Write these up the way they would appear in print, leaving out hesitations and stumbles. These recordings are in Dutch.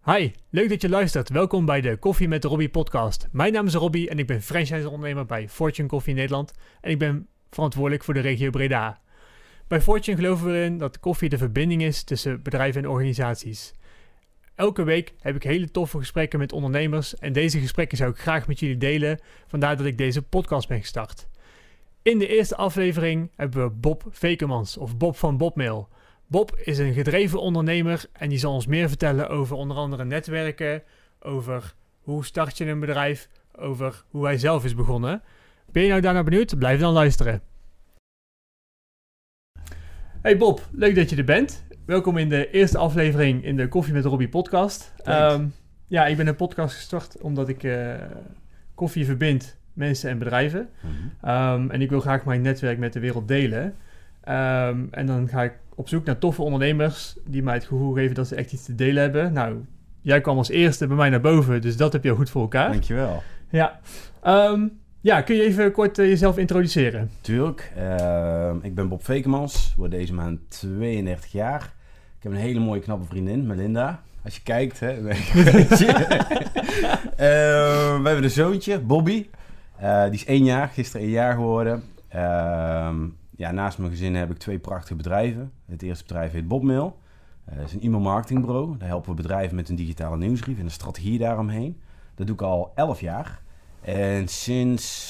Hi, leuk dat je luistert. Welkom bij de Koffie met Robbie podcast. Mijn naam is Robbie en ik ben franchise-ondernemer bij Fortune Koffie Nederland en ik ben verantwoordelijk voor de regio Breda. Bij Fortune geloven we erin dat koffie de verbinding is tussen bedrijven en organisaties. Elke week heb ik hele toffe gesprekken met ondernemers en deze gesprekken zou ik graag met jullie delen, vandaar dat ik deze podcast ben gestart. In de eerste aflevering hebben we Bob Vekemans of Bob van Bobmail. Bob is een gedreven ondernemer en die zal ons meer vertellen over onder andere netwerken, over hoe start je een bedrijf, over hoe hij zelf is begonnen. Ben je nou daarna benieuwd? Blijf dan luisteren. Hey Bob, leuk dat je er bent. Welkom in de eerste aflevering in de Koffie met Robbie podcast. Ik ben een podcast gestart omdat ik koffie verbindt mensen en bedrijven. En ik wil graag mijn netwerk met de wereld delen. En dan ga ik op zoek naar toffe ondernemers die mij het gevoel geven dat ze echt iets te delen hebben. Nou, jij kwam als eerste bij mij naar boven, dus dat heb je al goed voor elkaar. Dankjewel. Ja, kun je even kort jezelf introduceren? Tuurlijk. Ik ben Bob Vekemans, word deze maand 32 jaar. Ik heb een hele mooie knappe vriendin, Melinda. Als je kijkt, hè. We hebben een zoontje, Bobby. Die is 1 jaar, gisteren 1 jaar geworden. Naast mijn gezin heb ik 2 prachtige bedrijven. Het eerste bedrijf heet Bobmail. Dat is een e-mail marketingbureau. Daar helpen we bedrijven met een digitale nieuwsbrief en een strategie daaromheen. Dat doe ik al 11 jaar. En sinds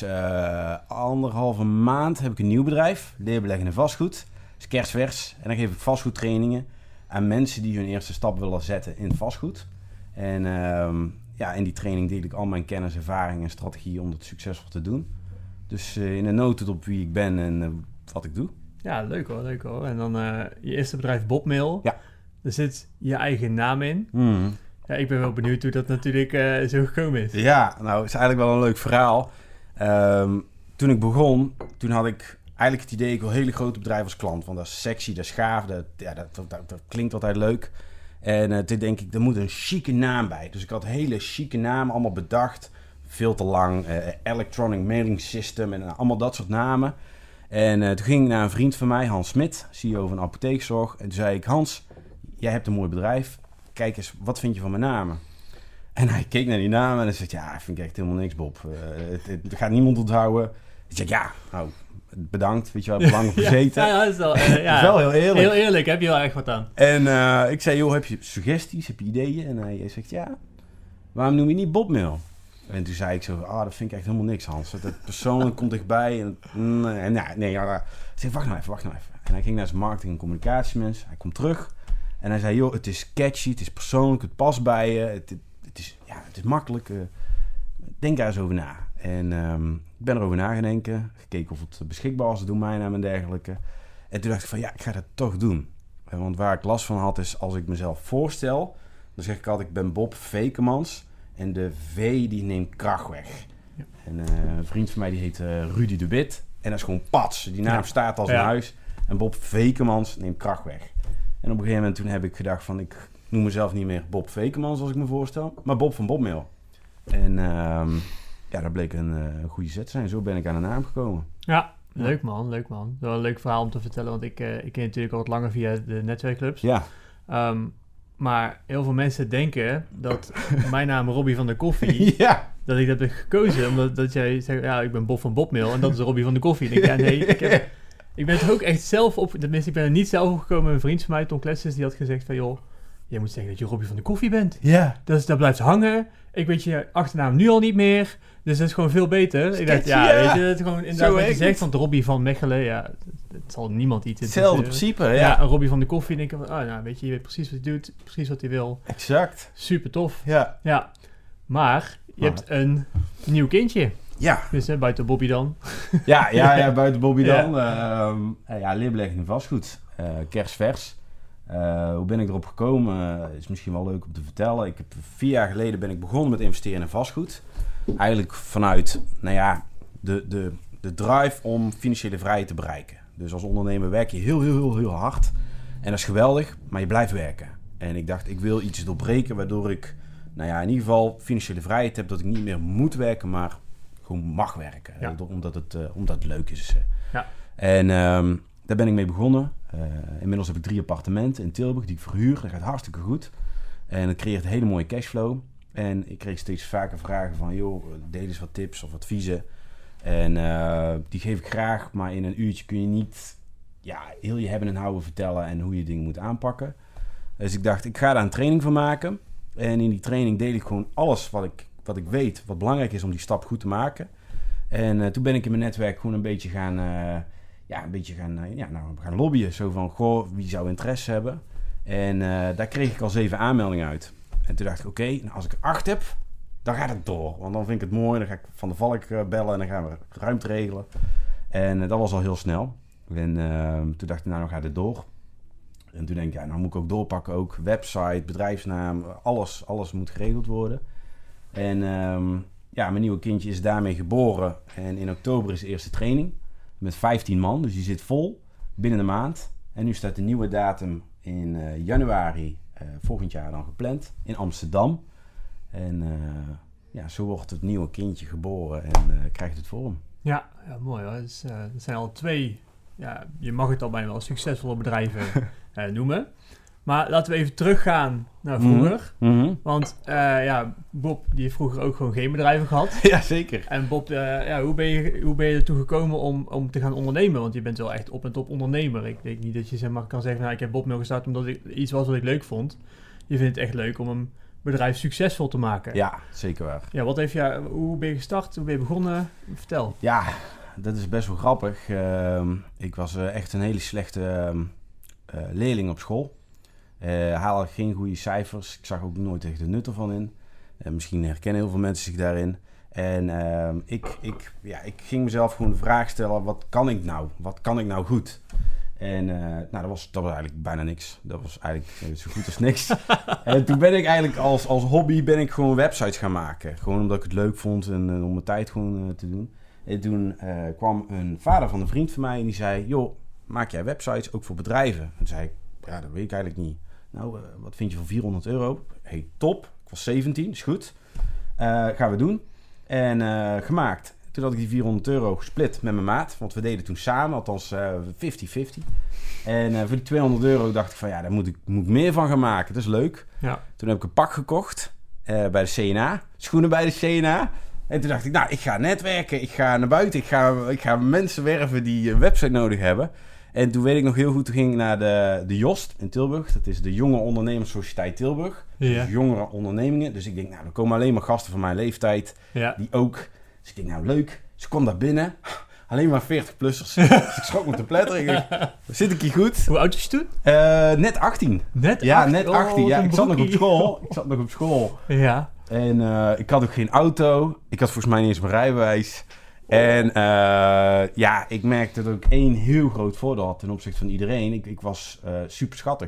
1,5 maand heb ik een nieuw bedrijf. Leerbeleggen in vastgoed. Dat is kerstvers. En dan geef ik vastgoedtrainingen aan mensen die hun eerste stap willen zetten in vastgoed. En in die training deel ik al mijn kennis, ervaring en strategie om dat succesvol te doen. Dus in een notendop op wie ik ben en wat ik doe. Ja, leuk hoor. En dan je eerste bedrijf Bobmail. Ja. Er zit je eigen naam in. Ja, ik ben wel benieuwd hoe dat natuurlijk zo gekomen is. Ja, nou, het is eigenlijk wel een leuk verhaal. Toen ik begon, toen had ik eigenlijk het idee, ik wil hele grote bedrijven als klant. Want dat is sexy, dat is gaaf, dat klinkt altijd leuk. En toen denk ik, er moet een chique naam bij. Dus ik had hele chique namen allemaal bedacht. Veel te lang. Electronic Mailing System en allemaal dat soort namen. En toen ging ik naar een vriend van mij, Hans Smit, CEO van Apotheekzorg. En toen zei ik, Hans, jij hebt een mooi bedrijf. Kijk eens, wat vind je van mijn namen? En hij keek naar die namen en hij zei, ja, vind ik echt helemaal niks, Bob. Het gaat niemand onthouden. Ik zei, ja, nou, bedankt. Weet je wel, ik heb lang gezeten. Dat is wel, dat is wel heel eerlijk. Heel eerlijk, heb je wel echt wat aan. En ik zei, joh, heb je suggesties, heb je ideeën? En hij zegt, ja, waarom noem je niet Bobmail? En toen zei ik zo, dat vind ik echt helemaal niks, Hans. Dat persoonlijk komt dichtbij. Ik zeg, wacht nou even. En hij ging naar zijn marketing- en communicatiemens. Hij komt terug. En hij zei, joh, het is catchy, het is persoonlijk, het past bij je. Het is makkelijk. Denk daar eens over na. En ik ben erover na gaan denken. Gekeken of het beschikbaar was, de domeinnaam en dergelijke. En toen dacht ik van, ja, ik ga dat toch doen. Want waar ik last van had, is als ik mezelf voorstel. Dan zeg ik altijd, ik ben Bob Vekemans. En de V die neemt kracht weg. Ja. En een vriend van mij die heet Rudy de Wit. En dat is gewoon pats. Die naam staat als een huis. En Bob Vekemans neemt kracht weg. En op een gegeven moment toen heb ik gedacht van... ik noem mezelf niet meer Bob Vekemans als ik me voorstel. Maar Bob van Bobmail. En dat bleek een goede zet te zijn. Zo ben ik aan de naam gekomen. Ja, leuk man. Wel een leuk verhaal om te vertellen. Want ik ken je natuurlijk al wat langer via de netwerkclubs. Ja. Maar heel veel mensen denken dat mijn naam Robbie van de Koffie... dat ik dat heb gekozen omdat jij zegt... ja, ik ben Bob van Bobmail en dat is Robbie van de Koffie. En ik denk, ja, nee, ik ben er ook echt zelf op... tenminste, ik ben er niet zelf opgekomen. Een vriend van mij, Ton Klessens, die had gezegd van... joh, jij moet zeggen dat je Robbie van de Koffie bent. Ja. Dat blijft hangen. Ik weet je achternaam nu al niet meer. Dus dat is gewoon veel beter. Ik dacht, weet je, dat is gewoon inderdaad wat je zegt. Want Robbie van Mechelen, ja, het zal niemand iets... Hetzelfde principe, ja. Ja, een Robbie van de Koffie, denk ik van, weet je weet precies wat hij doet, precies wat hij wil. Exact. Super tof. Ja. Maar je hebt een nieuw kindje. Ja. Dus buiten Bobby dan. Ja, buiten Bobby dan. Leerbeleggen in vastgoed. Kerstvers. Hoe ben ik erop gekomen? Is misschien wel leuk om te vertellen. 4 jaar geleden ben ik begonnen met investeren in vastgoed. Eigenlijk vanuit, de drive om financiële vrijheid te bereiken. Dus als ondernemer werk je heel hard. En dat is geweldig, maar je blijft werken. En ik dacht, ik wil iets doorbreken waardoor ik, in ieder geval financiële vrijheid heb. Dat ik niet meer moet werken, maar gewoon mag werken. Ja. Omdat het leuk is. Ja. En daar ben ik mee begonnen. Inmiddels heb ik 3 appartementen in Tilburg die ik verhuur. Dat gaat hartstikke goed. En dat creëert een hele mooie cashflow. En ik kreeg steeds vaker vragen van, joh, deel eens wat tips of adviezen. En die geef ik graag, maar in een uurtje kun je niet heel je hebben en houden vertellen en hoe je dingen moet aanpakken. Dus ik dacht, ik ga daar een training van maken. En in die training deel ik gewoon alles wat ik weet, wat belangrijk is om die stap goed te maken. En toen ben ik in mijn netwerk gewoon een beetje gaan lobbyen. Zo van, goh, wie zou interesse hebben? En daar kreeg ik al 7 aanmeldingen uit. En toen dacht ik, oké, als ik er 8 heb, dan gaat het door. Want dan vind ik het mooi. Dan ga ik Van der Valk bellen en dan gaan we ruimte regelen. En dat was al heel snel. En toen dacht ik, nou gaat het door. En toen denk ik, nou moet ik ook doorpakken. Ook website, bedrijfsnaam, alles moet geregeld worden. En mijn nieuwe kindje is daarmee geboren. En in oktober is de eerste training. Met 15 man, dus die zit vol binnen een maand. En nu staat de nieuwe datum in januari volgend jaar dan gepland in Amsterdam. En zo wordt het nieuwe kindje geboren en krijgt het vorm. Ja, mooi hoor. Dus, er zijn al 2, je mag het al bijna wel succesvolle bedrijven noemen. Maar laten we even teruggaan naar vroeger. Mm-hmm. Want Bob die heeft vroeger ook gewoon geen bedrijven gehad. Ja, zeker. En Bob, hoe ben je ertoe gekomen om te gaan ondernemen? Want je bent wel echt op en top ondernemer. Ik denk niet dat je kan zeggen, ik heb Bobmail gestart omdat ik iets was wat ik leuk vond. Je vindt het echt leuk om een bedrijf succesvol te maken. Ja, zeker waar. Ja, hoe ben je gestart? Hoe ben je begonnen? Vertel. Ja, dat is best wel grappig. Ik was echt een hele slechte leerling op school. Haalde geen goede cijfers. Ik zag ook nooit echt de nut ervan in. Misschien herkennen heel veel mensen zich daarin. En ik ging mezelf gewoon de vraag stellen, wat kan ik nou? Wat kan ik nou goed? En dat was eigenlijk bijna niks. Dat was eigenlijk zo goed als niks. En toen ben ik eigenlijk als hobby gewoon websites gaan maken. Gewoon omdat ik het leuk vond en om mijn tijd gewoon te doen. En toen kwam een vader van een vriend van mij en die zei, joh, maak jij websites ook voor bedrijven? En toen zei ik, ja, dat weet ik eigenlijk niet. Nou, wat vind je voor €400? Hey, top. Ik was 17, is goed. Gaan we doen. En gemaakt. Toen had ik die €400 gesplit met mijn maat. Want we deden toen samen, althans 50-50. En voor die €200 dacht ik van, daar moet ik meer van gaan maken. Dat is leuk. Ja. Toen heb ik een pak gekocht bij de CNA. Schoenen bij de CNA. En toen dacht ik, ik ga netwerken. Ik ga naar buiten. Ik ga mensen werven die een website nodig hebben. En toen weet ik nog heel goed, toen ging ik naar de Jost in Tilburg. Dat is de Jonge Ondernemerssociëteit Tilburg. Ja. Dus jongere ondernemingen. Dus ik denk, er komen alleen maar gasten van mijn leeftijd. Ja. Die ook. Dus ik denk, leuk. Ze kwam daar binnen. Alleen maar 40-plussers. Dus ik schrok me te pletteren. Zit ik hier goed? Hoe oud was je toen? Net 18. Net 18? Ja, net 18. Ja, ik zat nog op school. Ja. En ik had ook geen auto. Ik had volgens mij niet eens mijn rijbewijs. En ik merkte dat ik 1 heel groot voordeel had ten opzichte van iedereen. Ik was super schattig.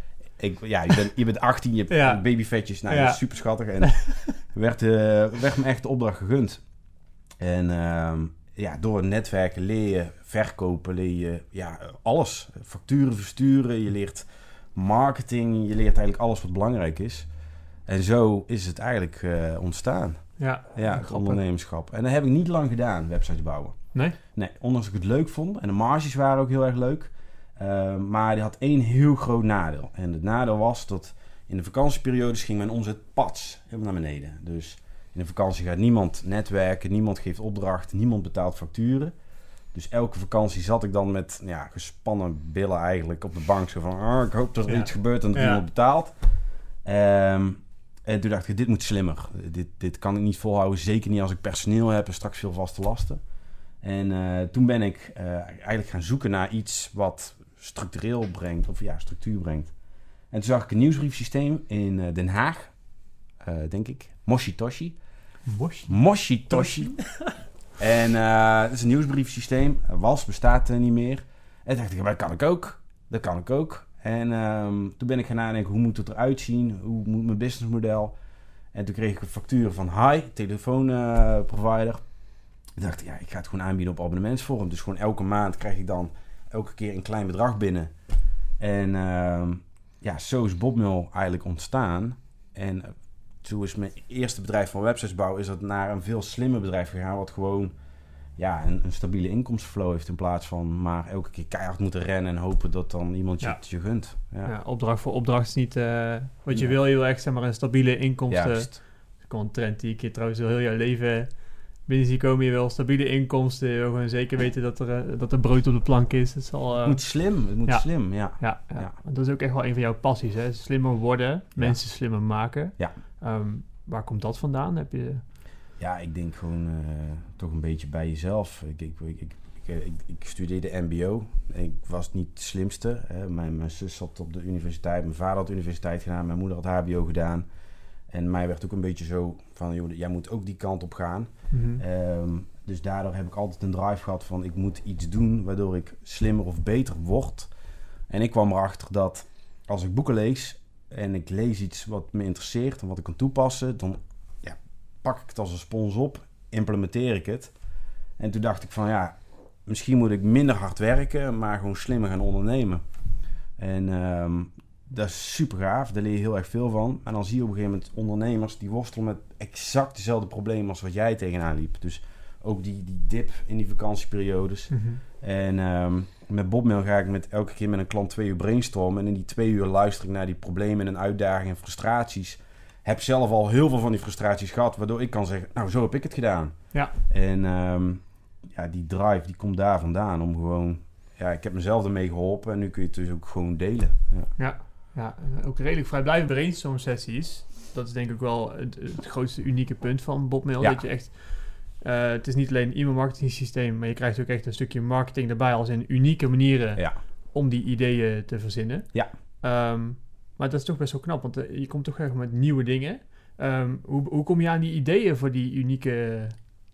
Je bent 18, je hebt babyvetjes. Nou, dat is super schattig. En werd me echt de opdracht gegund. En door het netwerken leer je verkopen, leer je alles. Facturen versturen, je leert marketing, je leert eigenlijk alles wat belangrijk is. En zo is het eigenlijk ontstaan. Ja, het ondernemerschap. En dat heb ik niet lang gedaan, websites bouwen. Nee? Nee, ondanks dat ik het leuk vond. En de marges waren ook heel erg leuk. Maar die had 1 heel groot nadeel. En het nadeel was dat in de vakantieperiodes ging mijn omzet helemaal naar beneden. Dus in de vakantie gaat niemand netwerken, niemand geeft opdrachten, niemand betaalt facturen. Dus elke vakantie zat ik dan met gespannen billen eigenlijk op de bank. Zo van, ik hoop dat er iets gebeurt en dat iemand betaalt. En toen dacht ik, dit moet slimmer. Dit kan ik niet volhouden. Zeker niet als ik personeel heb en straks veel vaste lasten. En toen ben ik eigenlijk gaan zoeken naar iets wat structureel brengt. Of structuur brengt. En toen zag ik een nieuwsbriefsysteem in Den Haag. Denk ik. Moshitoshi. Moshitoshi. En dat is een nieuwsbriefsysteem. Bestaat niet meer. En toen dacht ik, dat kan ik ook. En toen ben ik gaan nadenken, hoe moet het eruit zien? Hoe moet mijn businessmodel? En toen kreeg ik een factuur van telefoonprovider. Ik dacht, ik ga het gewoon aanbieden op abonnementsvorm. Dus gewoon elke maand krijg ik dan elke keer een klein bedrag binnen. En zo is Bobmail eigenlijk ontstaan. En toen is mijn eerste bedrijf van websitesbouw is dat naar een veel slimmer bedrijf gegaan. Wat gewoon een stabiele inkomstenflow heeft in plaats van maar elke keer keihard moeten rennen en hopen dat dan iemand je gunt. Ja, opdracht voor opdracht is niet wat je wil. Je wil echt zeg maar een stabiele inkomsten. Juist. Dat is een trend die ik hier trouwens heel jouw leven binnen zie komen. Je wil stabiele inkomsten. Je wil gewoon zeker weten dat er brood op de plank is. Het moet slim. Het moet slim, Ja. Dat is ook echt wel een van jouw passies. Hè? Slimmer worden, mensen slimmer maken. Ja. Waar komt dat vandaan? Heb je... Ja, ik denk gewoon toch een beetje bij jezelf. Ik studeerde mbo. Ik was niet het slimste. Hè. Mijn zus zat op de universiteit. Mijn vader had de universiteit gedaan. Mijn moeder had hbo gedaan. En mij werd ook een beetje zo van... joh, jij moet ook die kant op gaan. Mm-hmm. Dus daardoor heb ik altijd een drive gehad van... ik moet iets doen waardoor ik slimmer of beter word. En ik kwam erachter dat als ik boeken lees... en ik lees iets wat me interesseert en wat ik kan toepassen... dan pak ik het als een spons op, implementeer ik het. En toen dacht ik van misschien moet ik minder hard werken, maar gewoon slimmer gaan ondernemen. En dat is super gaaf, daar leer je heel erg veel van. En dan zie je op een gegeven moment ondernemers die worstelen met exact dezelfde problemen als wat jij tegenaan liep. Dus ook die dip in die vakantieperiodes. Mm-hmm. En met Bobmail ga ik elke keer met een klant 2 uur brainstormen. En in die 2 uur luister ik naar die problemen en uitdagingen en frustraties. Heb zelf al heel veel van die frustraties gehad, waardoor ik kan zeggen, nou, zo heb ik het gedaan. Ja. En die drive, die komt daar vandaan om gewoon... Ja, ik heb mezelf ermee geholpen en nu kun je het dus ook gewoon delen. Ja, ook redelijk vrijblijvend brainstorm sessies. Dat is denk ik wel het grootste unieke punt van Bobmail. Ja. Dat je echt... het is niet alleen een e-mail marketing systeem, maar je krijgt ook echt een stukje marketing erbij als in unieke manieren om die ideeën te verzinnen. Ja. Maar dat is toch best wel knap, want je komt toch echt met nieuwe dingen. Hoe kom je aan die ideeën voor die unieke...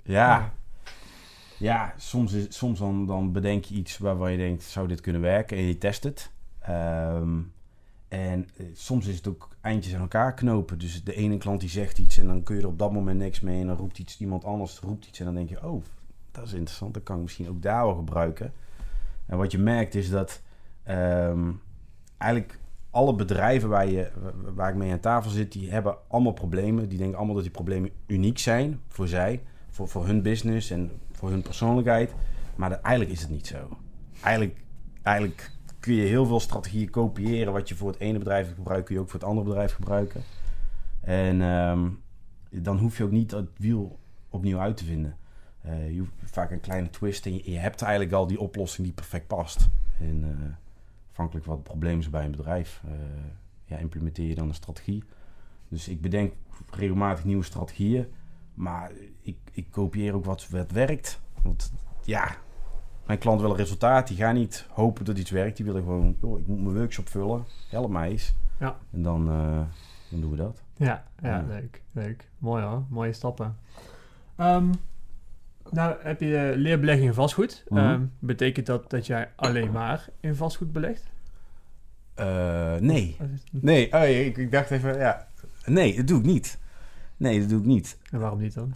Ja, soms dan bedenk je iets waarvan je denkt, zou dit kunnen werken? En je test het. En soms is het ook eindjes aan elkaar knopen. Dus de ene klant die zegt iets en dan kun je er op dat moment niks mee. En dan roept iemand anders roept iets en dan denk je, oh, dat is interessant. Dat kan ik misschien ook daar wel gebruiken. En wat je merkt is dat eigenlijk... alle bedrijven waar ik mee aan tafel zit, die hebben allemaal problemen. Die denken allemaal dat die problemen uniek zijn voor zij, voor hun business en voor hun persoonlijkheid. Maar eigenlijk is het niet zo. Eigenlijk kun je heel veel strategieën kopiëren. Wat je voor het ene bedrijf gebruikt, kun je ook voor het andere bedrijf gebruiken. En dan hoef je ook niet het wiel opnieuw uit te vinden. Je hoeft vaak een kleine twist en je hebt eigenlijk al die oplossing die perfect past. En... afhankelijk wat het probleem is bij een bedrijf, implementeer je dan een strategie. Dus ik bedenk regelmatig nieuwe strategieën, maar ik kopieer ook wat werkt. Want mijn klant wil een resultaat, die gaan niet hopen dat iets werkt. Die willen gewoon, ik moet mijn workshop vullen, help mij eens. Ja. En dan doen we dat. Ja, leuk. Mooi hoor, mooie stappen. Nou, heb je leerbelegging in vastgoed. Mm-hmm. Betekent dat jij alleen maar in vastgoed belegt? Nee. Nee, ik dacht even, Nee, dat doe ik niet. En waarom niet dan?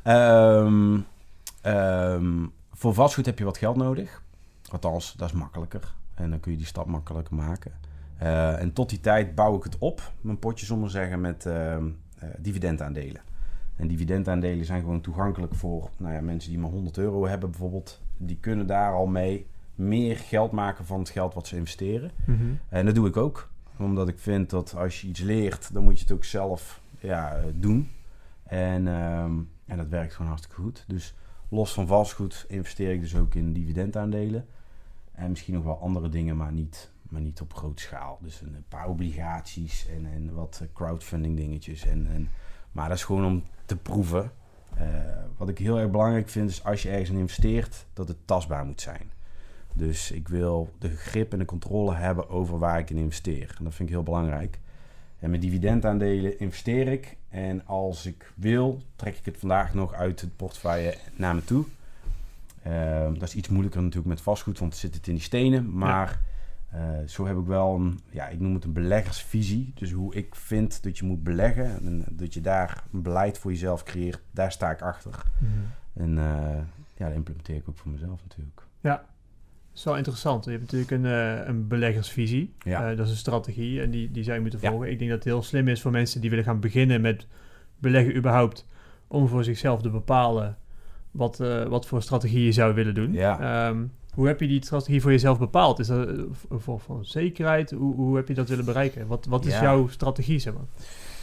Voor vastgoed heb je wat geld nodig. Althans, dat is makkelijker. En dan kun je die stap makkelijker maken. En tot die tijd bouw ik het op, mijn potje, zullen we zeggen, met dividendaandelen. En dividendaandelen zijn gewoon toegankelijk voor mensen die maar €100 hebben bijvoorbeeld. Die kunnen daar al mee meer geld maken van het geld wat ze investeren. Mm-hmm. En dat doe ik ook. Omdat ik vind dat als je iets leert, dan moet je het ook zelf doen. En dat werkt gewoon hartstikke goed. Dus los van vastgoed investeer ik dus ook in dividendaandelen. En misschien nog wel andere dingen, maar niet op grote schaal. Dus een paar obligaties en wat crowdfunding dingetjes. Maar dat is gewoon om te proeven. Wat ik heel erg belangrijk vind is als je ergens in investeert, dat het tastbaar moet zijn. Dus ik wil de grip en de controle hebben over waar ik in investeer. En dat vind ik heel belangrijk. En met dividendaandelen investeer ik. En als ik wil, trek ik het vandaag nog uit het portefeuille naar me toe. Dat is iets moeilijker natuurlijk met vastgoed, want het zit in die stenen. Maar zo heb ik wel ik noem het een beleggersvisie. Dus hoe ik vind dat je moet beleggen. En dat je daar een beleid voor jezelf creëert. Daar sta ik achter. Mm-hmm. En dat implementeer ik ook voor mezelf natuurlijk. Ja, dat is wel interessant. Je hebt natuurlijk een beleggersvisie. Ja. Dat is een strategie en die zou je moeten volgen. Ja. Ik denk dat het heel slim is voor mensen die willen gaan beginnen met beleggen überhaupt. Om voor zichzelf te bepalen wat voor strategie je zou willen doen. Ja. Hoe heb je die strategie voor jezelf bepaald? Is dat voor zekerheid? Hoe heb je dat willen bereiken? Wat is jouw strategie, zeg maar?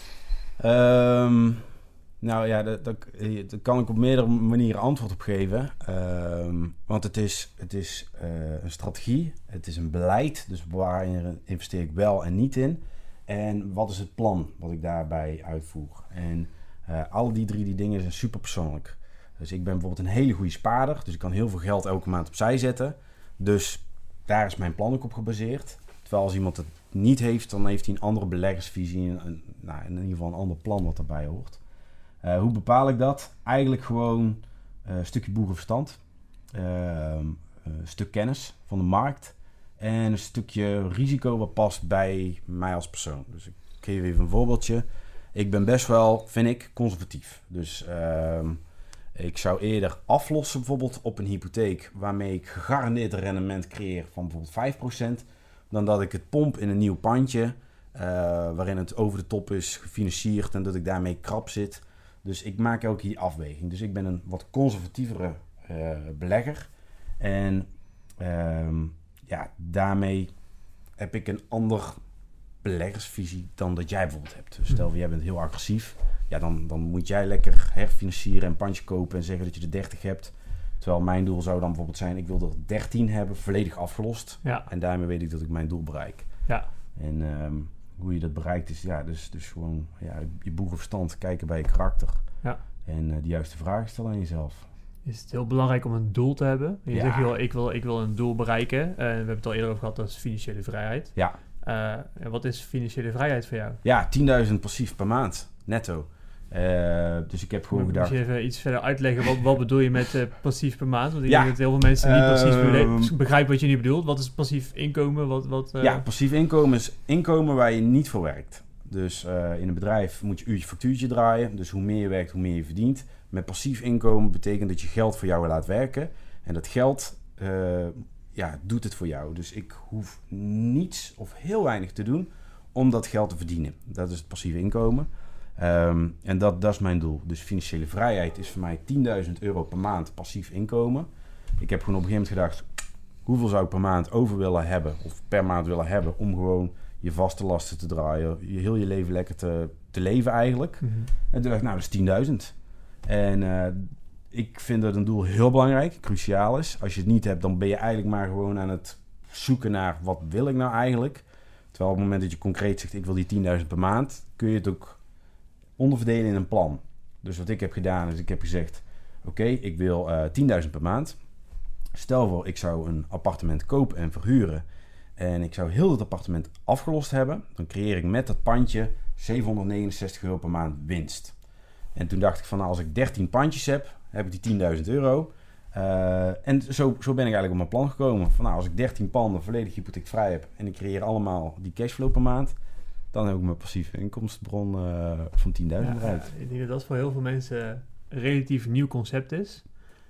Nou ja, daar kan ik op meerdere manieren antwoord op geven. Want het is een strategie, het is een beleid. Dus waarin investeer ik wel en niet in. En wat is het plan wat ik daarbij uitvoer? En al die drie dingen zijn super persoonlijk. Dus ik ben bijvoorbeeld een hele goede spaarder. Dus ik kan heel veel geld elke maand opzij zetten. Dus daar is mijn plan ook op gebaseerd. Terwijl als iemand het niet heeft, dan heeft hij een andere beleggersvisie. In ieder geval een ander plan wat daarbij hoort. Hoe bepaal ik dat? Eigenlijk gewoon een stukje boerenverstand. Een stuk kennis van de markt. En een stukje risico wat past bij mij als persoon. Dus ik geef even een voorbeeldje. Ik ben best wel, vind ik, conservatief. Dus ik zou eerder aflossen bijvoorbeeld op een hypotheek waarmee ik gegarandeerd een rendement creëer van bijvoorbeeld 5%, dan dat ik het pomp in een nieuw pandje waarin het over de top is gefinancierd en dat ik daarmee krap zit. Dus ik maak ook die afweging. Dus ik ben een wat conservatievere belegger. En daarmee heb ik een ander beleggersvisie dan dat jij bijvoorbeeld hebt. Dus stel, jij bent heel agressief. Ja, dan moet jij lekker herfinancieren en pandje kopen en zeggen dat je er 30 hebt. Terwijl mijn doel zou dan bijvoorbeeld zijn, ik wil er 13 hebben, volledig afgelost. Ja. En daarmee weet ik dat ik mijn doel bereik. Ja. En hoe je dat bereikt is, dus gewoon je boerenverstand, kijken bij je karakter. Ja. En de juiste vragen stellen aan jezelf. Is het heel belangrijk om een doel te hebben? Je zegt, joh, ik wil een doel bereiken. We hebben het al eerder over gehad, dat is financiële vrijheid. Ja. Wat is financiële vrijheid voor jou? Ja, 10.000 passief per maand, netto. Dus ik heb gewoon gedacht... Moet je even iets verder uitleggen, wat bedoel je met passief per maand? Want ik denk dat heel veel mensen niet precies begrijpen wat je nu bedoelt. Wat is passief inkomen? Ja, passief inkomen is inkomen waar je niet voor werkt. Dus in een bedrijf moet je uurtje factuurtje draaien. Dus hoe meer je werkt, hoe meer je verdient. Met passief inkomen betekent dat je geld voor jou laat werken. En dat geld doet het voor jou. Dus ik hoef niets of heel weinig te doen om dat geld te verdienen. Dat is het passieve inkomen. En dat is mijn doel. Dus financiële vrijheid is voor mij €10.000 per maand passief inkomen. Ik heb gewoon op een gegeven moment gedacht, hoeveel zou ik per maand over willen hebben of per maand willen hebben om gewoon je vaste lasten te draaien, heel je leven lekker te leven eigenlijk. Mm-hmm. En toen dacht ik, dat is 10.000. En ik vind dat een doel heel belangrijk, cruciaal is. Als je het niet hebt, dan ben je eigenlijk maar gewoon aan het zoeken naar wat wil ik nou eigenlijk. Terwijl op het moment dat je concreet zegt, ik wil die 10.000 per maand, kun je het ook onderverdelen in een plan. Dus wat ik heb gedaan is, ik heb gezegd, oké, ik wil 10.000 per maand. Stel voor, ik zou een appartement kopen en verhuren en ik zou heel het appartement afgelost hebben, dan creëer ik met dat pandje €769 per maand winst. En toen dacht ik van, als ik 13 pandjes heb ik die €10.000. En zo ben ik eigenlijk op mijn plan gekomen. Van, als ik 13 panden volledig hypotheekvrij heb en ik creëer allemaal die cashflow per maand, dan heb ik mijn passieve inkomstenbron van 10.000 eruit. Ik denk dat dat voor heel veel mensen een relatief nieuw concept is.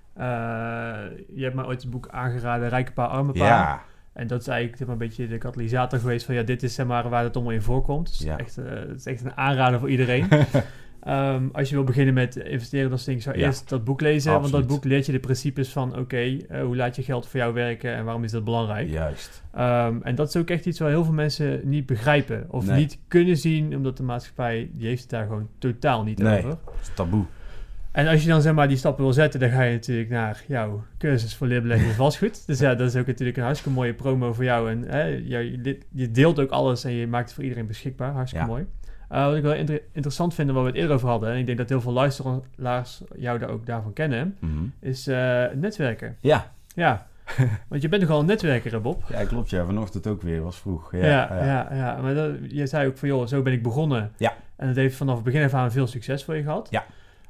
Je hebt mij ooit het boek aangeraden, Rijke Pa, Arme Pa. Ja. En dat is eigenlijk een beetje de katalysator geweest van, dit is waar het allemaal in voorkomt. Dus het is echt een aanrader voor iedereen. Als je wil beginnen met investeren, dan denk ik, zou eerst dat boek lezen. Absoluut. Want dat boek leert je de principes van, hoe laat je geld voor jou werken en waarom is dat belangrijk? Juist. En dat is ook echt iets waar heel veel mensen niet begrijpen of niet kunnen zien, omdat de maatschappij, die heeft het daar gewoon totaal niet over. Dat is taboe. En als je dan die stappen wil zetten, dan ga je natuurlijk naar jouw cursus voor leerbeleggen in vastgoed. Dus dat is ook natuurlijk een hartstikke mooie promo voor jou. En je deelt ook alles en je maakt het voor iedereen beschikbaar. Hartstikke mooi. Wat ik wel interessant vind, waar we het eerder over hadden, en ik denk dat heel veel luisteraars jou daar ook daarvan kennen, is netwerken. Ja. Want je bent nogal een netwerker, Bob. Ja, klopt. Ja, vanochtend ook weer. Was vroeg. Ja. Maar je zei ook van, zo ben ik begonnen. Ja. En dat heeft vanaf het begin af aan veel succes voor je gehad. Ja.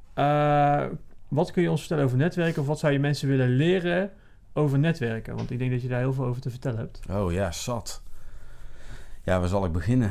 Wat kun je ons vertellen over netwerken? Of wat zou je mensen willen leren over netwerken? Want ik denk dat je daar heel veel over te vertellen hebt. Oh ja, zat. Ja, waar zal ik beginnen?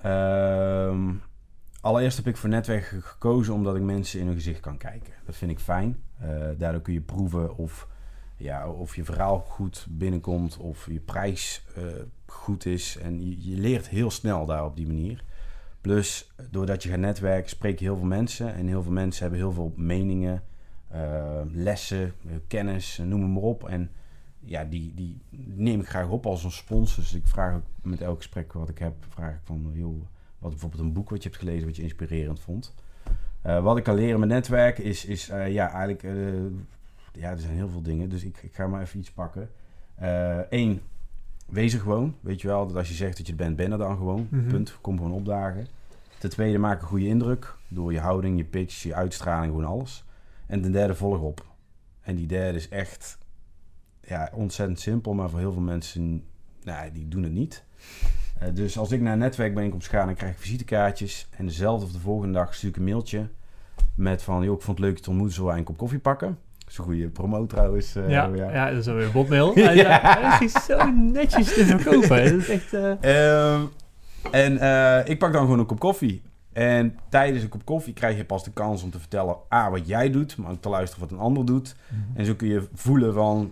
Allereerst heb ik voor netwerken gekozen omdat ik mensen in hun gezicht kan kijken. Dat vind ik fijn. Daardoor kun je proeven of je verhaal goed binnenkomt, of je prijs goed is. En je leert heel snel daar op die manier. Plus, doordat je gaat netwerken, spreek je heel veel mensen. En heel veel mensen hebben heel veel meningen lessen, kennis, noem het maar op. En ja, die neem ik graag op als een sponsor. Dus ik vraag ook met elk gesprek wat ik heb, vraag ik van, joh, wat bijvoorbeeld een boek wat je hebt gelezen, wat je inspirerend vond. Wat ik kan leren met netwerk is eigenlijk, er zijn heel veel dingen, dus ik ga maar even iets pakken. 1, wees er gewoon, weet je wel, dat als je zegt dat je er bent, ben er dan gewoon, punt, kom gewoon opdagen. Ten tweede, maak een goede indruk, door je houding, je pitch, je uitstraling, gewoon alles. En ten derde, volg op. En die derde is echt ontzettend simpel, maar voor heel veel mensen, die doen het niet. Dus als ik naar een netwerkbijeenkomst ga, dan krijg ik visitekaartjes. En dezelfde of de volgende dag stuur ik een mailtje met van, joh, ik vond het leuk je te ontmoeten, zullen wij een kop koffie pakken? Dat is een goede promo trouwens. Ja, dat is alweer Bobmail. Hij is zo netjes te verkopen. Dat is echt... Ik pak dan gewoon een kop koffie. En tijdens een kop koffie krijg je pas de kans om te vertellen wat jij doet, maar ook te luisteren wat een ander doet. En zo kun je voelen van,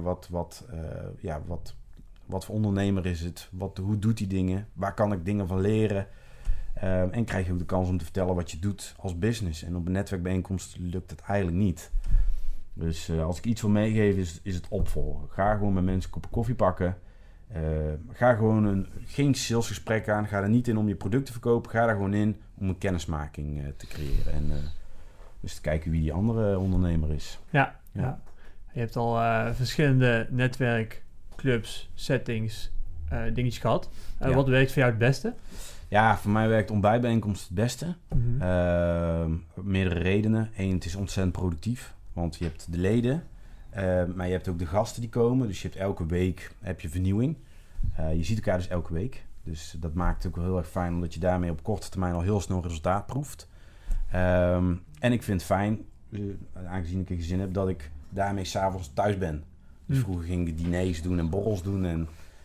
wat voor ondernemer is het? Hoe doet hij dingen? Waar kan ik dingen van leren? En krijg je ook de kans om te vertellen wat je doet als business. En op een netwerkbijeenkomst lukt het eigenlijk niet. Dus als ik iets wil meegeven, is het opvolgen. Ga gewoon met mensen koppen koffie pakken. Ga gewoon geen salesgesprek aan. Ga er niet in om je product te verkopen. Ga er gewoon in om een kennismaking te creëren. En dus te kijken wie die andere ondernemer is. Ja. Je hebt al verschillende netwerkclubs, settings, dingetjes gehad. Wat werkt voor jou het beste? Ja, voor mij werkt ontbijtbijeenkomst het beste. Meerdere redenen. 1, het is ontzettend productief. Want je hebt de leden, maar je hebt ook de gasten die komen. Dus je hebt elke week vernieuwing. Je ziet elkaar dus elke week. Dus dat maakt het ook wel heel erg fijn, omdat je daarmee op korte termijn al heel snel resultaat proeft. En ik vind het fijn, aangezien ik een gezin heb, dat ik daarmee 's avonds thuis ben. Dus vroeger ging ik diners doen en borrels doen. En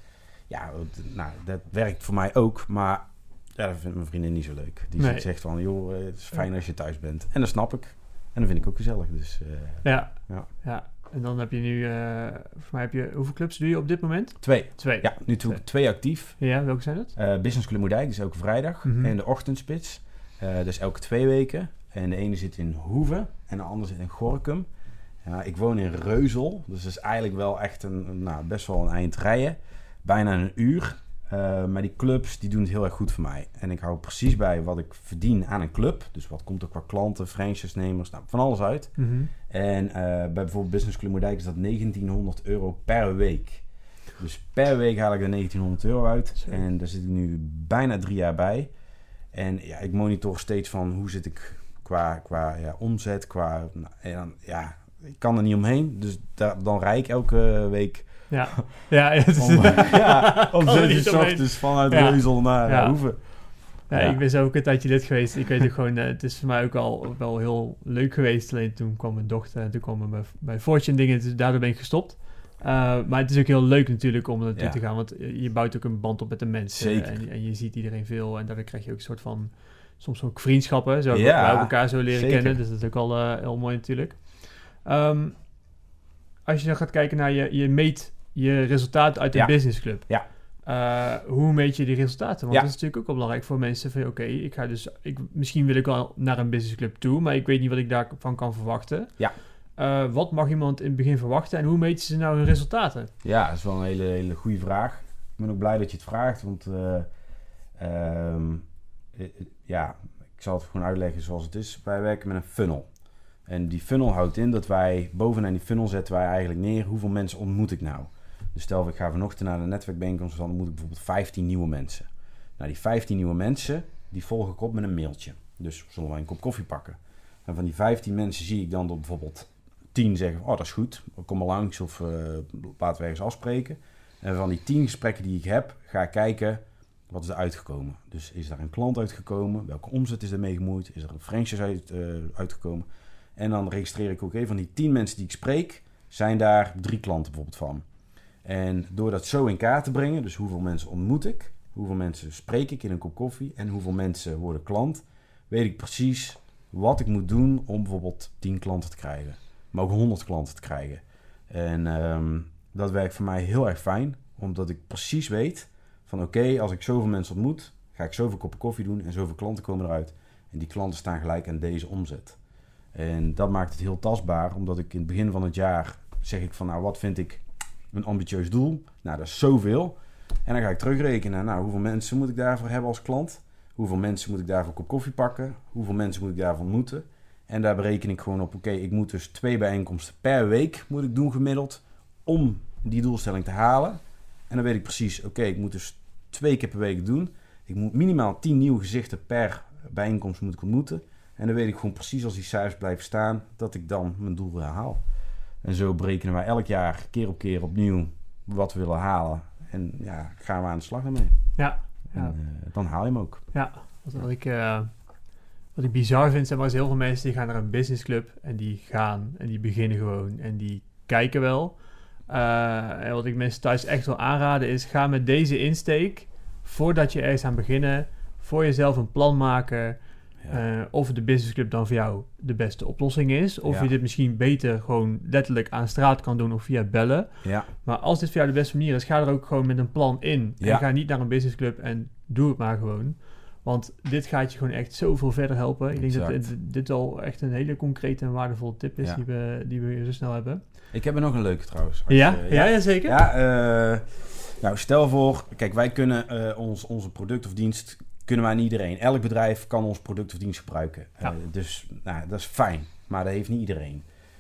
dat werkt voor mij ook. Maar dat vindt mijn vriendin niet zo leuk. Die zegt van, joh, het is fijn als je thuis bent. En dat snap ik. En dat vind ik ook gezellig. Dus, Ja. En dan heb je nu, voor mij hoeveel clubs doe je op dit moment? 2. Ja, nu doe ik 2 actief. Ja, welke zijn dat? Business Club Moerdijk, dus elke vrijdag. En de ochtendspits, dus elke 2 weken. En de ene zit in Hoeve en de andere zit in Gorinchem. Ja, ik woon in Reuzel, dus dat is eigenlijk wel echt best wel een eind rijden. Bijna een uur. Maar die clubs, die doen het heel erg goed voor mij. En ik hou precies bij wat ik verdien aan een club. Dus wat komt er qua klanten, franchise-nemers, van alles uit. En bij bijvoorbeeld Business Club Moerdijk is dat €1900 per week. Dus per week haal ik er €1900 uit. Zo. En daar zit ik nu bijna 3 jaar bij. En ja, ik monitor steeds van hoe zit ik qua omzet, ik kan er niet omheen. Dus dan rijd ik elke week... om 7 uur ochtends vanuit Reuzel naar Hoeve. Ja, ik ben zo ook een tijdje lid geweest. Ik weet ook gewoon, het is voor mij ook al wel heel leuk geweest. Alleen toen kwam mijn dochter en toen kwam bij Fortune dingen. Dus daardoor ben ik gestopt. Maar het is ook heel leuk natuurlijk om er naartoe te gaan. Want je bouwt ook een band op met de mensen. En je ziet iedereen veel. En daardoor krijg je ook een soort van... Soms ook vriendschappen. Zo we elkaar zo leren kennen. Dus dat is ook al heel mooi natuurlijk. Als je dan gaat kijken naar je meet je resultaten uit de businessclub. Ja. Hoe meet je die resultaten? Want dat is natuurlijk ook wel belangrijk voor mensen van misschien wil ik wel naar een businessclub toe, maar ik weet niet wat ik daarvan kan verwachten. Ja. Wat mag iemand in het begin verwachten en hoe meten ze nou hun resultaten? Ja, dat is wel een hele goede vraag. Ik ben ook blij dat je het vraagt, want ik zal het gewoon uitleggen zoals het is. Wij werken met een funnel. En die funnel houdt in dat wij bovenaan die funnel zetten wij eigenlijk neer hoeveel mensen ontmoet ik nou. Dus stel ik ga vanochtend naar de netwerkbijeenkomst, dan ontmoet ik bijvoorbeeld 15 nieuwe mensen. Nou, die 15 nieuwe mensen, die volg ik op met een mailtje. Dus zullen wij een kop koffie pakken. En van die 15 mensen zie ik dan dat bijvoorbeeld 10 zeggen, dat is goed, kom maar langs of laten we ergens afspreken. En van die 10 gesprekken die ik heb, ga ik kijken, wat is er uitgekomen? Dus is daar een klant uitgekomen? Welke omzet is er mee gemoeid? Is er een franchise uitgekomen? En dan registreer ik ook van die 10 mensen die ik spreek, zijn daar 3 klanten bijvoorbeeld van. En door dat zo in kaart te brengen, dus hoeveel mensen ontmoet ik, hoeveel mensen spreek ik in een kop koffie en hoeveel mensen worden klant, weet ik precies wat ik moet doen om bijvoorbeeld 10 klanten te krijgen. Maar ook 100 klanten te krijgen. En dat werkt voor mij heel erg fijn, omdat ik precies weet van oké, als ik zoveel mensen ontmoet, ga ik zoveel koppen koffie doen en zoveel klanten komen eruit. En die klanten staan gelijk aan deze omzet. En dat maakt het heel tastbaar, omdat ik in het begin van het jaar zeg ik van, nou, wat vind ik een ambitieus doel? Nou, dat is zoveel. En dan ga ik terugrekenen. Nou, hoeveel mensen moet ik daarvoor hebben als klant? Hoeveel mensen moet ik daarvoor een kop koffie pakken? Hoeveel mensen moet ik daarvan ontmoeten? En daar bereken ik gewoon op, oké, ik moet dus 2 bijeenkomsten per week moet ik doen gemiddeld om die doelstelling te halen. En dan weet ik precies, oké, ik moet dus 2 keer per week doen. Ik moet minimaal 10 nieuwe gezichten per bijeenkomst moet ik ontmoeten. En dan weet ik gewoon precies als die cijfers blijven staan, dat ik dan mijn doel haal. En zo berekenen wij elk jaar keer op keer opnieuw wat we willen halen. En ja, gaan we aan de slag daarmee. Ja. En dan haal je hem ook. Ja, wat ik bizar vind, zeg maar, is heel veel mensen die gaan naar een businessclub en die gaan en die beginnen gewoon en die kijken wel. En wat ik mensen thuis echt wil aanraden is, ga met deze insteek, voordat je ergens aan beginnen, voor jezelf een plan maken. Ja. Of de businessclub dan voor jou de beste oplossing is. Of je dit misschien beter gewoon letterlijk aan straat kan doen of via bellen. Ja. Maar als dit voor jou de beste manier is, ga er ook gewoon met een plan in. En ga niet naar een businessclub en doe het maar gewoon. Want dit gaat je gewoon echt zoveel verder helpen. Ik denk dat dit al echt een hele concrete en waardevolle tip is die we zo snel hebben. Ik heb er nog een leuke trouwens. Ja, zeker. Ja, nou, stel voor, kijk, wij kunnen onze product of dienst kunnen wij aan iedereen. Elk bedrijf kan ons product of dienst gebruiken. Dus nou, dat is fijn, maar dat heeft niet iedereen.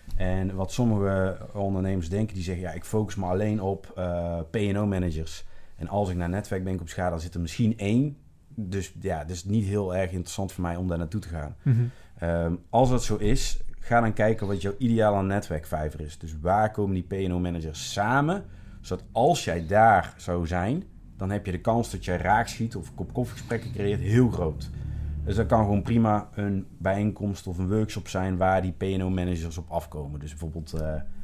En wat sommige ondernemers denken, die zeggen, ja, ik focus me alleen op P&O-managers. En als ik naar netwerkbijeenkomst ga, dan zit er misschien 1. Dus ja, het is niet heel erg interessant voor mij om daar naartoe te gaan. Mm-hmm. Als dat zo is, ga dan kijken wat jouw ideale netwerkvijver is. Dus waar komen die P&O-managers samen? Zodat als jij daar zou zijn, dan heb je de kans dat je raakschiet of kop koffiegesprekken creëert heel groot. Dus dat kan gewoon prima een bijeenkomst of een workshop zijn waar die P&O-managers op afkomen. Dus bijvoorbeeld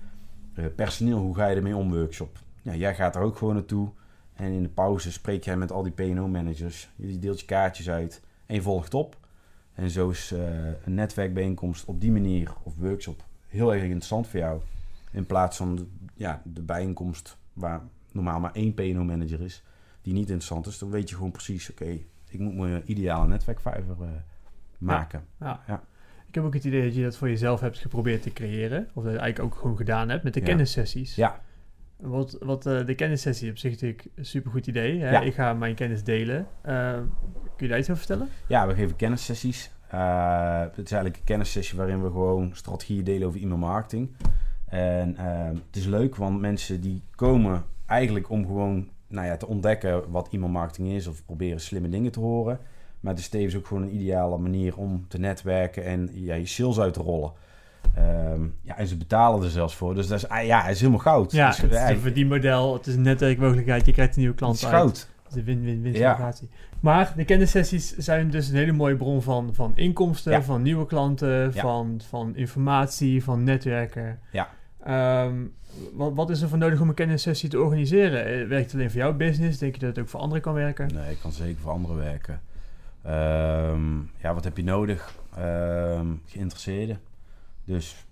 personeel, hoe ga je ermee om workshop? Ja, jij gaat er ook gewoon naartoe en in de pauze spreek jij met al die P&O-managers. Je deelt je kaartjes uit en je volgt op. En zo is een netwerkbijeenkomst op die manier of workshop heel erg interessant voor jou. In plaats van de bijeenkomst waar normaal maar 1 P&O-manager is die niet interessant is. Dan weet je gewoon precies, oké, ik moet mijn ideale netwerkvijver maken. Ja. Ik heb ook het idee dat je dat voor jezelf hebt geprobeerd te creëren. Of dat je eigenlijk ook gewoon gedaan hebt met de kennissessies. Ja. Wat de kennissessie op zich natuurlijk een supergoed idee. Hè? Ja. Ik ga mijn kennis delen. Kun je daar iets over vertellen? Ja, we geven kennissessies. Het is eigenlijk een kennissessie waarin we gewoon strategieën delen over e-mailmarketing. En het is leuk, want mensen die komen eigenlijk om gewoon te ontdekken wat e-mailmarketing is of proberen slimme dingen te horen. Maar het is tevens ook gewoon een ideale manier om te netwerken en je sales uit te rollen. En ze betalen er zelfs voor. Dus dat is, het is helemaal goud. Ja, dus, het is een verdienmodel. Het is een netwerkmogelijkheid. Je krijgt een nieuwe klant uit. Het is goud. Het is een win-win situatie. Ja. Maar de kennissessies zijn dus een hele mooie bron van inkomsten, van nieuwe klanten, van informatie, van netwerken. Ja. Wat is er voor nodig om een kennissessie te organiseren? Werkt het alleen voor jouw business? Denk je dat het ook voor anderen kan werken? Nee, het kan zeker voor anderen werken. Wat heb je nodig? Geïnteresseerden. Dus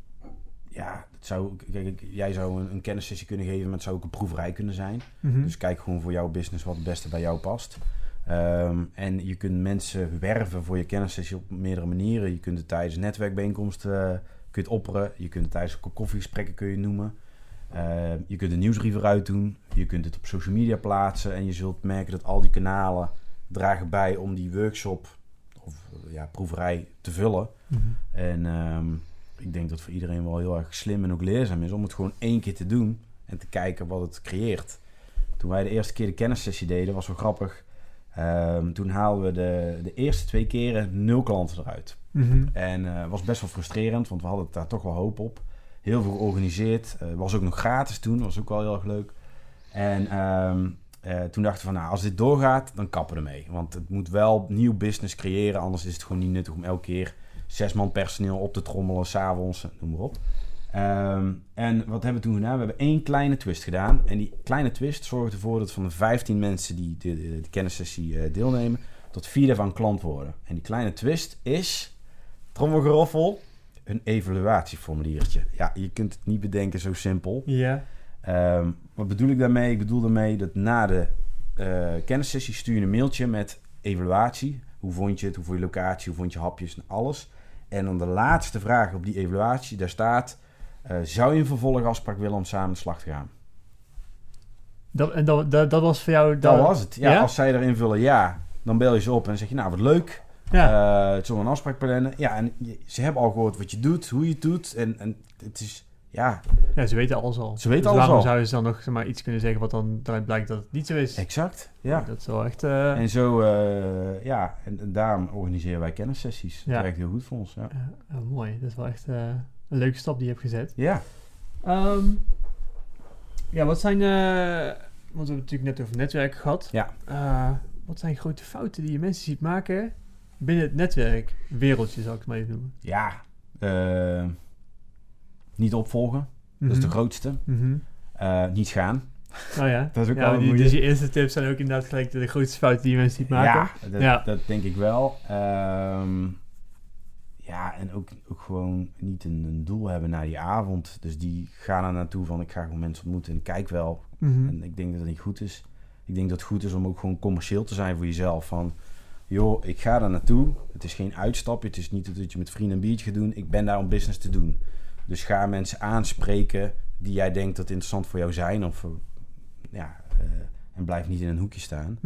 jij zou een kennissessie kunnen geven, maar het zou ook een proeverij kunnen zijn. Mm-hmm. Dus kijk gewoon voor jouw business wat het beste bij jou past. En je kunt mensen werven voor je kennissessie op meerdere manieren. Je kunt het tijdens netwerkbijeenkomsten opperen. Je kunt het tijdens koffiegesprekken kun je noemen. Je kunt een nieuwsbrief eruit doen. Je kunt het op social media plaatsen. En je zult merken dat al die kanalen dragen bij om die workshop of proeverij te vullen. Mm-hmm. En ik denk dat voor iedereen wel heel erg slim en ook leerzaam is om het gewoon 1 keer te doen en te kijken wat het creëert. Toen wij de eerste keer de kennissessie deden, was wel grappig. Toen haalden we de eerste 2 keren 0 klanten eruit. Mm-hmm. En was best wel frustrerend, want we hadden daar toch wel hoop op. Heel veel georganiseerd. Was ook nog gratis toen, was ook wel heel erg leuk. En toen dachten we van, als dit doorgaat, dan kappen we ermee. Want het moet wel nieuw business creëren, anders is het gewoon niet nuttig om elke keer 6 man personeel op te trommelen, 's avonds, noem maar op. En wat hebben we toen gedaan? We hebben 1 kleine twist gedaan. En die kleine twist zorgt ervoor dat van de 15 mensen die de kennissessie deelnemen, tot 4 daarvan klant worden. En die kleine twist is, trommelgeroffel, een evaluatieformuliertje. Ja, je kunt het niet bedenken zo simpel. Ja. Wat bedoel ik daarmee? Ik bedoel daarmee dat na de kennissessie stuur je een mailtje met evaluatie. Hoe vond je het? Hoe vond je locatie? Hoe vond je hapjes? En alles. En dan de laatste vraag op die evaluatie, daar staat... zou je een vervolgafspraak willen om samen aan de slag te gaan? Dat was voor jou... Dat was het. Ja, ja? Als zij erin vullen ja, dan bel je ze op en dan zeg je... nou, wat leuk. Het zullen een afspraak plannen. Ja, en ze hebben al gehoord wat je doet, hoe je het doet. En het is... Ja, ze weten alles al. Ze weten dus alles waarom al. zou je dan nog zeg maar, iets kunnen zeggen wat dan daaruit blijkt dat het niet zo is? Exact, ja. Dat is wel echt... En zo, en daarom organiseren wij kennissessies. Dat werkt heel goed voor ons, ja. Mooi, dat is wel echt een leuke stap die je hebt gezet. Ja. Wat zijn... want we hebben het natuurlijk net over netwerken gehad. Ja. Wat zijn grote fouten die je mensen ziet maken binnen het netwerkwereldje, zal ik het maar even noemen? Ja, niet opvolgen. Dat is de grootste. Niet gaan. Oh ja. Dat is ook wel een dus je eerste tips zijn ook inderdaad gelijk de grootste fouten die je mensen ziet maken. Dat denk ik wel. En ook gewoon niet een doel hebben na die avond. Dus die gaan er naartoe van ik ga gewoon mensen ontmoeten en ik kijk wel. En ik denk dat dat niet goed is. Ik denk dat het goed is om ook gewoon commercieel te zijn voor jezelf. Van, joh, ik ga daar naartoe. Het is geen uitstapje. Het is niet dat je met vrienden een biertje gaat doen. Ik ben daar om business te doen. Dus ga mensen aanspreken die jij denkt dat interessant voor jou zijn. En blijf niet in een hoekje staan.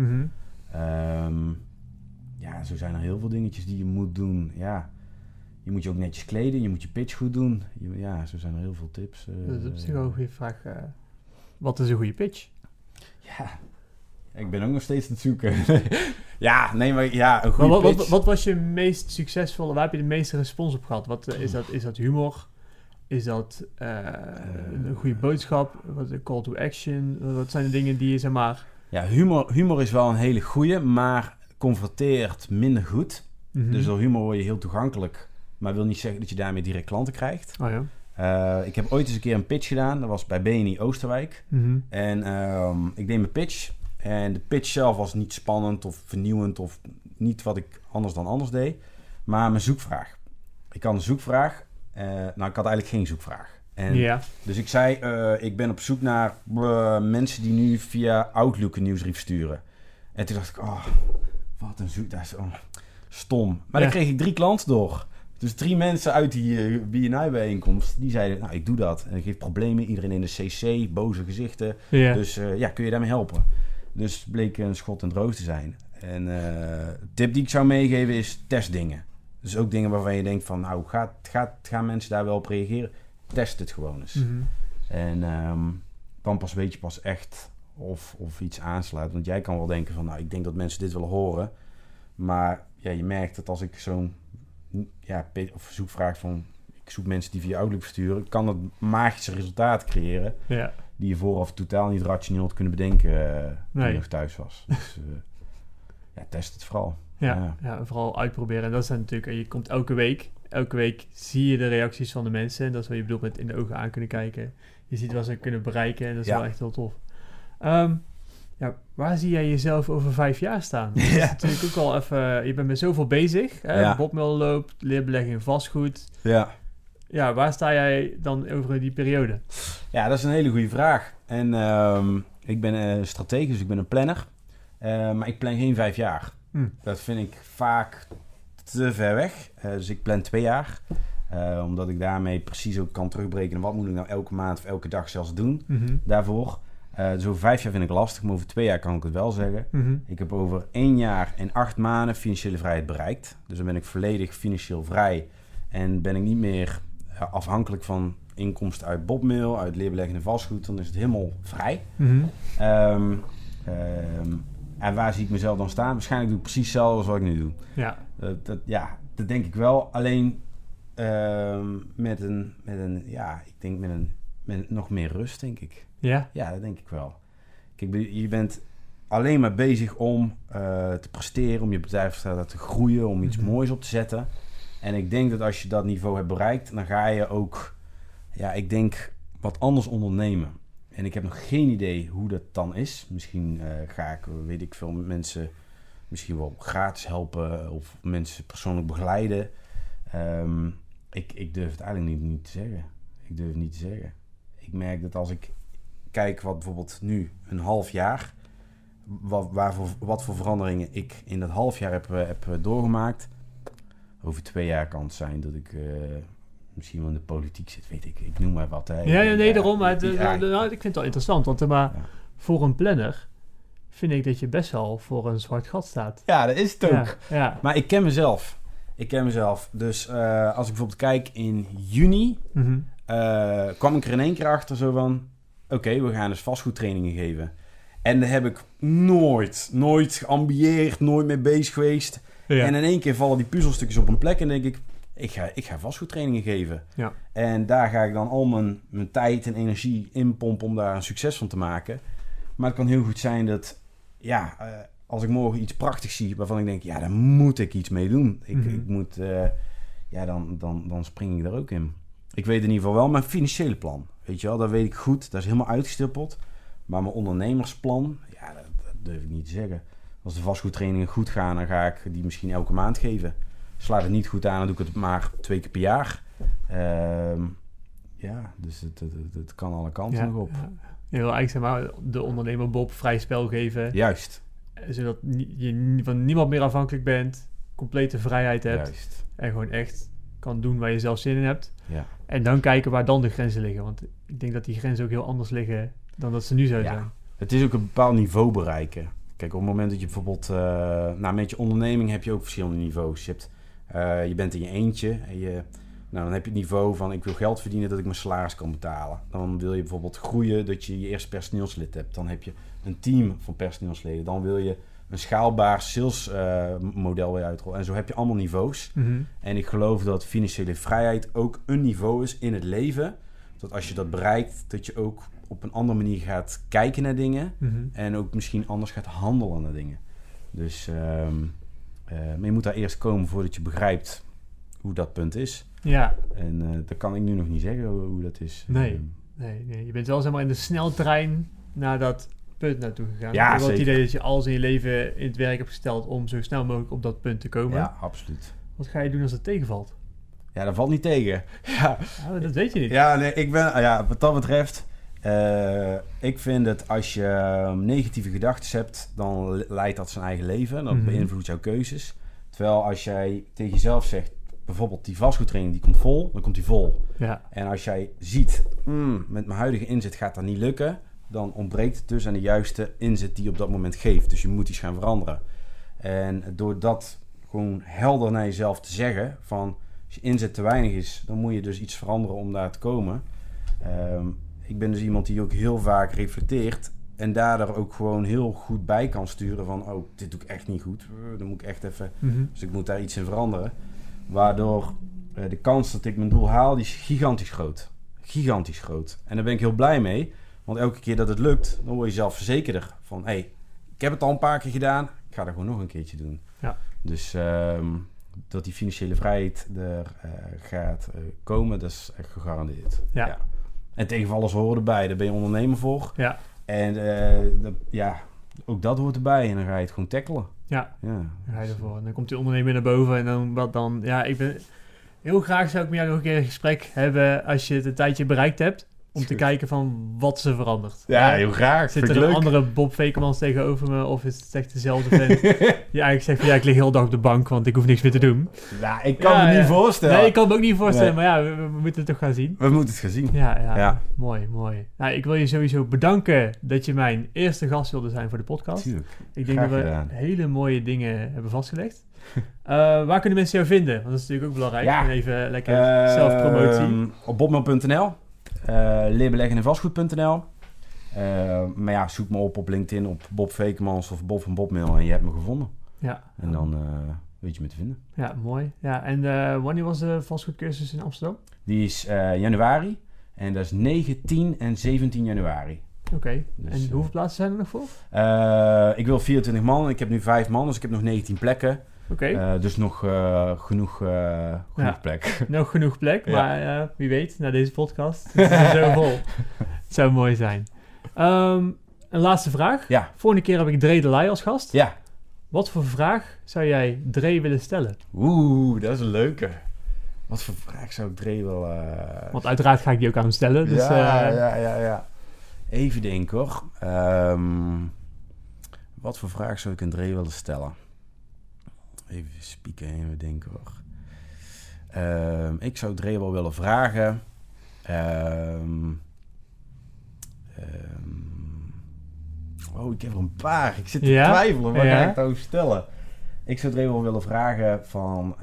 Zo zijn er heel veel dingetjes die je moet doen. Ja, je moet je ook netjes kleden. Je moet je pitch goed doen. Zo zijn er heel veel tips. Dat is op zich wel een goede vraag. Wat is een goede pitch? Ja, ik ben ook nog steeds aan het zoeken. Een goede pitch. Wat was je meest succesvolle? Waar heb je de meeste respons op gehad? Is dat humor? Is dat een goede boodschap? Wat een call to action? Wat zijn de dingen die je zeg maar... Ja, humor is wel een hele goeie, maar converteert minder goed. Dus door humor word je heel toegankelijk, maar wil niet zeggen dat je daarmee direct klanten krijgt. Oh ja. Ik heb ooit eens een keer een pitch gedaan. Dat was bij BNI Oosterwijk. En ik deed mijn pitch. En de pitch zelf was niet spannend of vernieuwend of niet wat ik anders deed. Maar mijn zoekvraag. Ik had een zoekvraag. Ik had eigenlijk geen zoekvraag. Dus ik zei, ik ben op zoek naar mensen die nu via Outlook een nieuwsbrief sturen. En toen dacht ik, wat een zoek, dat is stom. Maar dan kreeg ik 3 klanten door. Dus 3 mensen uit die BNI-bijeenkomst, die zeiden, nou, ik doe dat. En dat geeft problemen, iedereen in de CC, boze gezichten. Dus kun je daarmee helpen? Dus het bleek een schot in het roos te zijn. En de tip die ik zou meegeven is, test dingen. Dus ook dingen waarvan je denkt van, nou, gaan mensen daar wel op reageren? Test het gewoon eens. En dan weet je pas echt of iets aansluit. Want jij kan wel denken van, nou, ik denk dat mensen dit willen horen. Maar je merkt dat als ik zo'n zoekvraag van... ik zoek mensen die via Outlook versturen... kan dat magische resultaat creëren... die je vooraf totaal niet rationeel had kunnen bedenken... toen je nog thuis was. Dus test het vooral. Ja, vooral uitproberen. En dat is natuurlijk... je komt elke week zie je de reacties van de mensen... en dat is wat je bedoelt met in de ogen aan kunnen kijken. Je ziet wat ze kunnen bereiken... en dat is wel echt heel tof. Waar zie jij jezelf over 5 jaar staan? Dat is natuurlijk ook al even... Je bent met zoveel bezig. Bobmail loopt, leerbelegging vastgoed. Ja, waar sta jij dan over die periode? Ja, dat is een hele goede vraag. En ik ben strategisch, ik ben een planner. Maar ik plan geen 5 jaar. Dat vind ik vaak te ver weg. Dus ik plan 2 jaar. Omdat ik daarmee precies ook kan terugbreken. Wat moet ik nou elke maand of elke dag zelfs doen daarvoor? Dus over 5 jaar vind ik lastig, maar over 2 jaar kan ik het wel zeggen. Ik heb over 1 jaar en 8 maanden financiële vrijheid bereikt. Dus dan ben ik volledig financieel vrij. En ben ik niet meer afhankelijk van inkomsten uit Bobmail, uit leerbeleggen en vastgoed. Dan is het helemaal vrij. En waar zie ik mezelf dan staan? Waarschijnlijk doe ik precies hetzelfde als wat ik nu doe. Dat denk ik wel. Alleen met nog meer rust, denk ik. Ja? Ja, dat denk ik wel. Kijk, je bent alleen maar bezig om te presteren, om je bedrijf te groeien, om iets moois op te zetten. En ik denk dat als je dat niveau hebt bereikt, dan ga je ook, ik denk, wat anders ondernemen. En ik heb nog geen idee hoe dat dan is. Misschien ga ik, weet ik veel, mensen misschien wel gratis helpen of mensen persoonlijk begeleiden. Ik durf het eigenlijk niet te zeggen. Ik durf het niet te zeggen. Ik merk dat als ik kijk wat bijvoorbeeld nu een half jaar, wat voor veranderingen ik in dat half jaar heb doorgemaakt. over 2 jaar kan het zijn dat ik misschien wel in de politiek zit, weet ik. Ik noem maar wat. Hè. Daarom. Maar ik vind het wel interessant. Want voor een planner vind ik dat je best wel voor een zwart gat staat. Ja, dat is het ook. Ja. Maar ik ken mezelf. Dus als ik bijvoorbeeld kijk in juni... kwam ik er in één keer achter zo van... Oké, we gaan dus vastgoedtrainingen geven. En daar heb ik nooit geambieerd, nooit mee bezig geweest. Ja. En in één keer vallen die puzzelstukjes op een plek en denk ik ga vastgoedtrainingen geven. Ja. En daar ga ik dan al mijn tijd en energie in pompen om daar een succes van te maken. Maar het kan heel goed zijn dat, als ik morgen iets prachtigs zie waarvan ik denk, daar moet ik iets mee doen. Ik moet, dan spring ik er ook in. Ik weet in ieder geval wel mijn financiële plan. Weet je wel, dat weet ik goed. Dat is helemaal uitgestippeld. Maar mijn ondernemersplan, dat durf ik niet te zeggen. Als de vastgoedtrainingen goed gaan, dan ga ik die misschien elke maand geven. Slaat het niet goed aan, dan doe ik het maar 2 keer per jaar. Dus het kan alle kanten nog op. Ja. Je wil eigenlijk, zeg maar, de ondernemer Bob vrij spel geven. Juist. Zodat je van niemand meer afhankelijk bent. Complete vrijheid hebt. Juist. En gewoon echt kan doen waar je zelf zin in hebt. Ja. En dan kijken waar dan de grenzen liggen. Want ik denk dat die grenzen ook heel anders liggen dan dat ze nu zouden zijn. Het is ook een bepaald niveau bereiken. Kijk, op het moment dat je bijvoorbeeld... met je onderneming heb je ook verschillende niveaus. Je bent in je eentje. En dan heb je het niveau van... ik wil geld verdienen dat ik mijn salaris kan betalen. Dan wil je bijvoorbeeld groeien dat je je eerste personeelslid hebt. Dan heb je een team van personeelsleden. Dan wil je een schaalbaar salesmodel weer uitrollen. En zo heb je allemaal niveaus. Mm-hmm. En ik geloof dat financiële vrijheid ook een niveau is in het leven. Dat als je dat bereikt, dat je ook op een andere manier gaat kijken naar dingen. Mm-hmm. En ook misschien anders gaat handelen naar dingen. Dus maar je moet daar eerst komen voordat je begrijpt hoe dat punt is. Ja. En dat kan ik nu nog niet zeggen hoe dat is. Nee. Je bent wel, zeg maar, in de sneltrein naar dat punt naartoe gegaan. Ja, ik heb wel het idee dat je alles in je leven in het werk hebt gesteld om zo snel mogelijk op dat punt te komen. Ja, absoluut. Wat ga je doen als het tegenvalt? Ja, dat valt niet tegen. Ja. Dat weet je niet. Ja, nee, wat dat betreft... ik vind dat als je negatieve gedachten hebt, dan leidt dat zijn eigen leven. Dat beïnvloedt jouw keuzes. Terwijl als jij tegen jezelf zegt, bijvoorbeeld die vastgoedtraining, die komt vol, dan komt die vol. Ja. En als jij ziet, met mijn huidige inzet gaat dat niet lukken, dan ontbreekt het dus aan de juiste inzet die je op dat moment geeft. Dus je moet iets gaan veranderen. En door dat gewoon helder naar jezelf te zeggen, van als je inzet te weinig is, dan moet je dus iets veranderen om daar te komen. Ik ben dus iemand die ook heel vaak reflecteert en daardoor ook gewoon heel goed bij kan sturen van, dit doe ik echt niet goed. Dan moet ik echt even, dus ik moet daar iets in veranderen. Waardoor de kans dat ik mijn doel haal, die is gigantisch groot. Gigantisch groot. En daar ben ik heel blij mee, want elke keer dat het lukt, dan word je zelfverzekerder van, ik heb het al een paar keer gedaan, ik ga dat gewoon nog een keertje doen. Ja. Dus dat die financiële vrijheid er gaat komen, dat is echt gegarandeerd. Ja. En tegenvallers horen erbij, daar ben je ondernemer voor. Ja. En ook dat hoort erbij en dan ga je het gewoon tackelen. Ja, dan ga je ervoor. En dan komt die ondernemer naar boven en dan heel graag zou ik met jou nog een keer een gesprek hebben als je het een tijdje bereikt hebt. Om te kijken van wat ze verandert. Ja, heel graag. Zit er een andere Bob Vekemans tegenover me? Of is het echt dezelfde vent? Die eigenlijk zegt van, ik lig heel dag op de bank, want ik hoef niks meer te doen. Nou, ik kan me niet voorstellen. Nee, ik kan me ook niet voorstellen. Nee. Maar we moeten het toch gaan zien. We moeten het gaan zien. Ja. Mooi. Nou, ik wil je sowieso bedanken dat je mijn eerste gast wilde zijn voor de podcast. Tuurlijk. Ik denk dat we hele mooie dingen hebben vastgelegd. Waar kunnen mensen jou vinden? Want dat is natuurlijk ook belangrijk. Ja. Even lekker zelfpromotie. Op bobmail.nl. Leerbeleggen en vastgoed.nl. Maar zoek me op LinkedIn op Bob Vekemans of Bob van Bobmail en je hebt me gevonden. Ja. En dan weet je me te vinden. Ja, mooi. Ja, en wanneer was de vastgoedcursus in Amsterdam? Die is januari. En dat is 9, 10 en 17 januari. Oké. Dus, en hoeveel plaatsen zijn er nog voor? Ik wil 24 man. Ik heb nu 5 man, dus ik heb nog 19 plekken. Okay. Dus nog genoeg plek. Nog genoeg plek, maar wie weet, na deze podcast is het zo vol. Het zou mooi zijn. Een laatste vraag. Ja. Volgende keer heb ik Dre de Lai als gast. Ja. Wat voor vraag zou jij Dre willen stellen? Dat is een leuke. Wat voor vraag zou ik Dre wel... Want uiteraard ga ik die ook aan hem stellen. Dus, ja. Even denken hoor. Wat voor vraag zou ik aan Dre willen stellen? Even spieken, even denken hoor. Ik zou Dre wel willen vragen. Ik heb er een paar. Ik zit te twijfelen. Wat ga ik nou stellen? Ik zou Dre wel willen vragen van...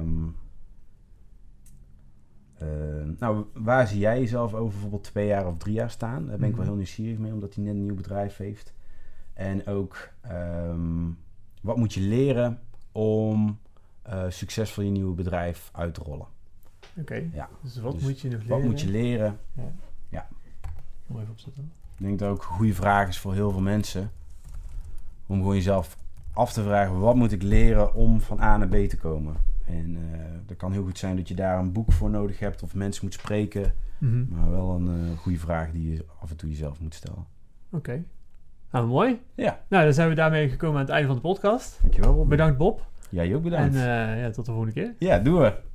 waar zie jij jezelf over bijvoorbeeld 2 jaar of 3 jaar staan? Daar ben ik wel heel nieuwsgierig mee, omdat hij net een nieuw bedrijf heeft. En ook, wat moet je leren om succesvol je nieuwe bedrijf uit te rollen? Oké. Ja. Dus wat moet je nog leren? Wat moet je leren? Ja. Mooi even opzetten. Ik denk dat ook een goede vraag is voor heel veel mensen. Om gewoon jezelf af te vragen, wat moet ik leren om van A naar B te komen? En dat kan heel goed zijn dat je daar een boek voor nodig hebt of mensen moet spreken. Mm-hmm. Maar wel een goede vraag die je af en toe jezelf moet stellen. Oké. Nou, mooi. Ja. Nou, dan zijn we daarmee gekomen aan het einde van de podcast. Dankjewel, Bob. Bedankt, Bob. Jij ook bedankt. En tot de volgende keer. Ja, doen we.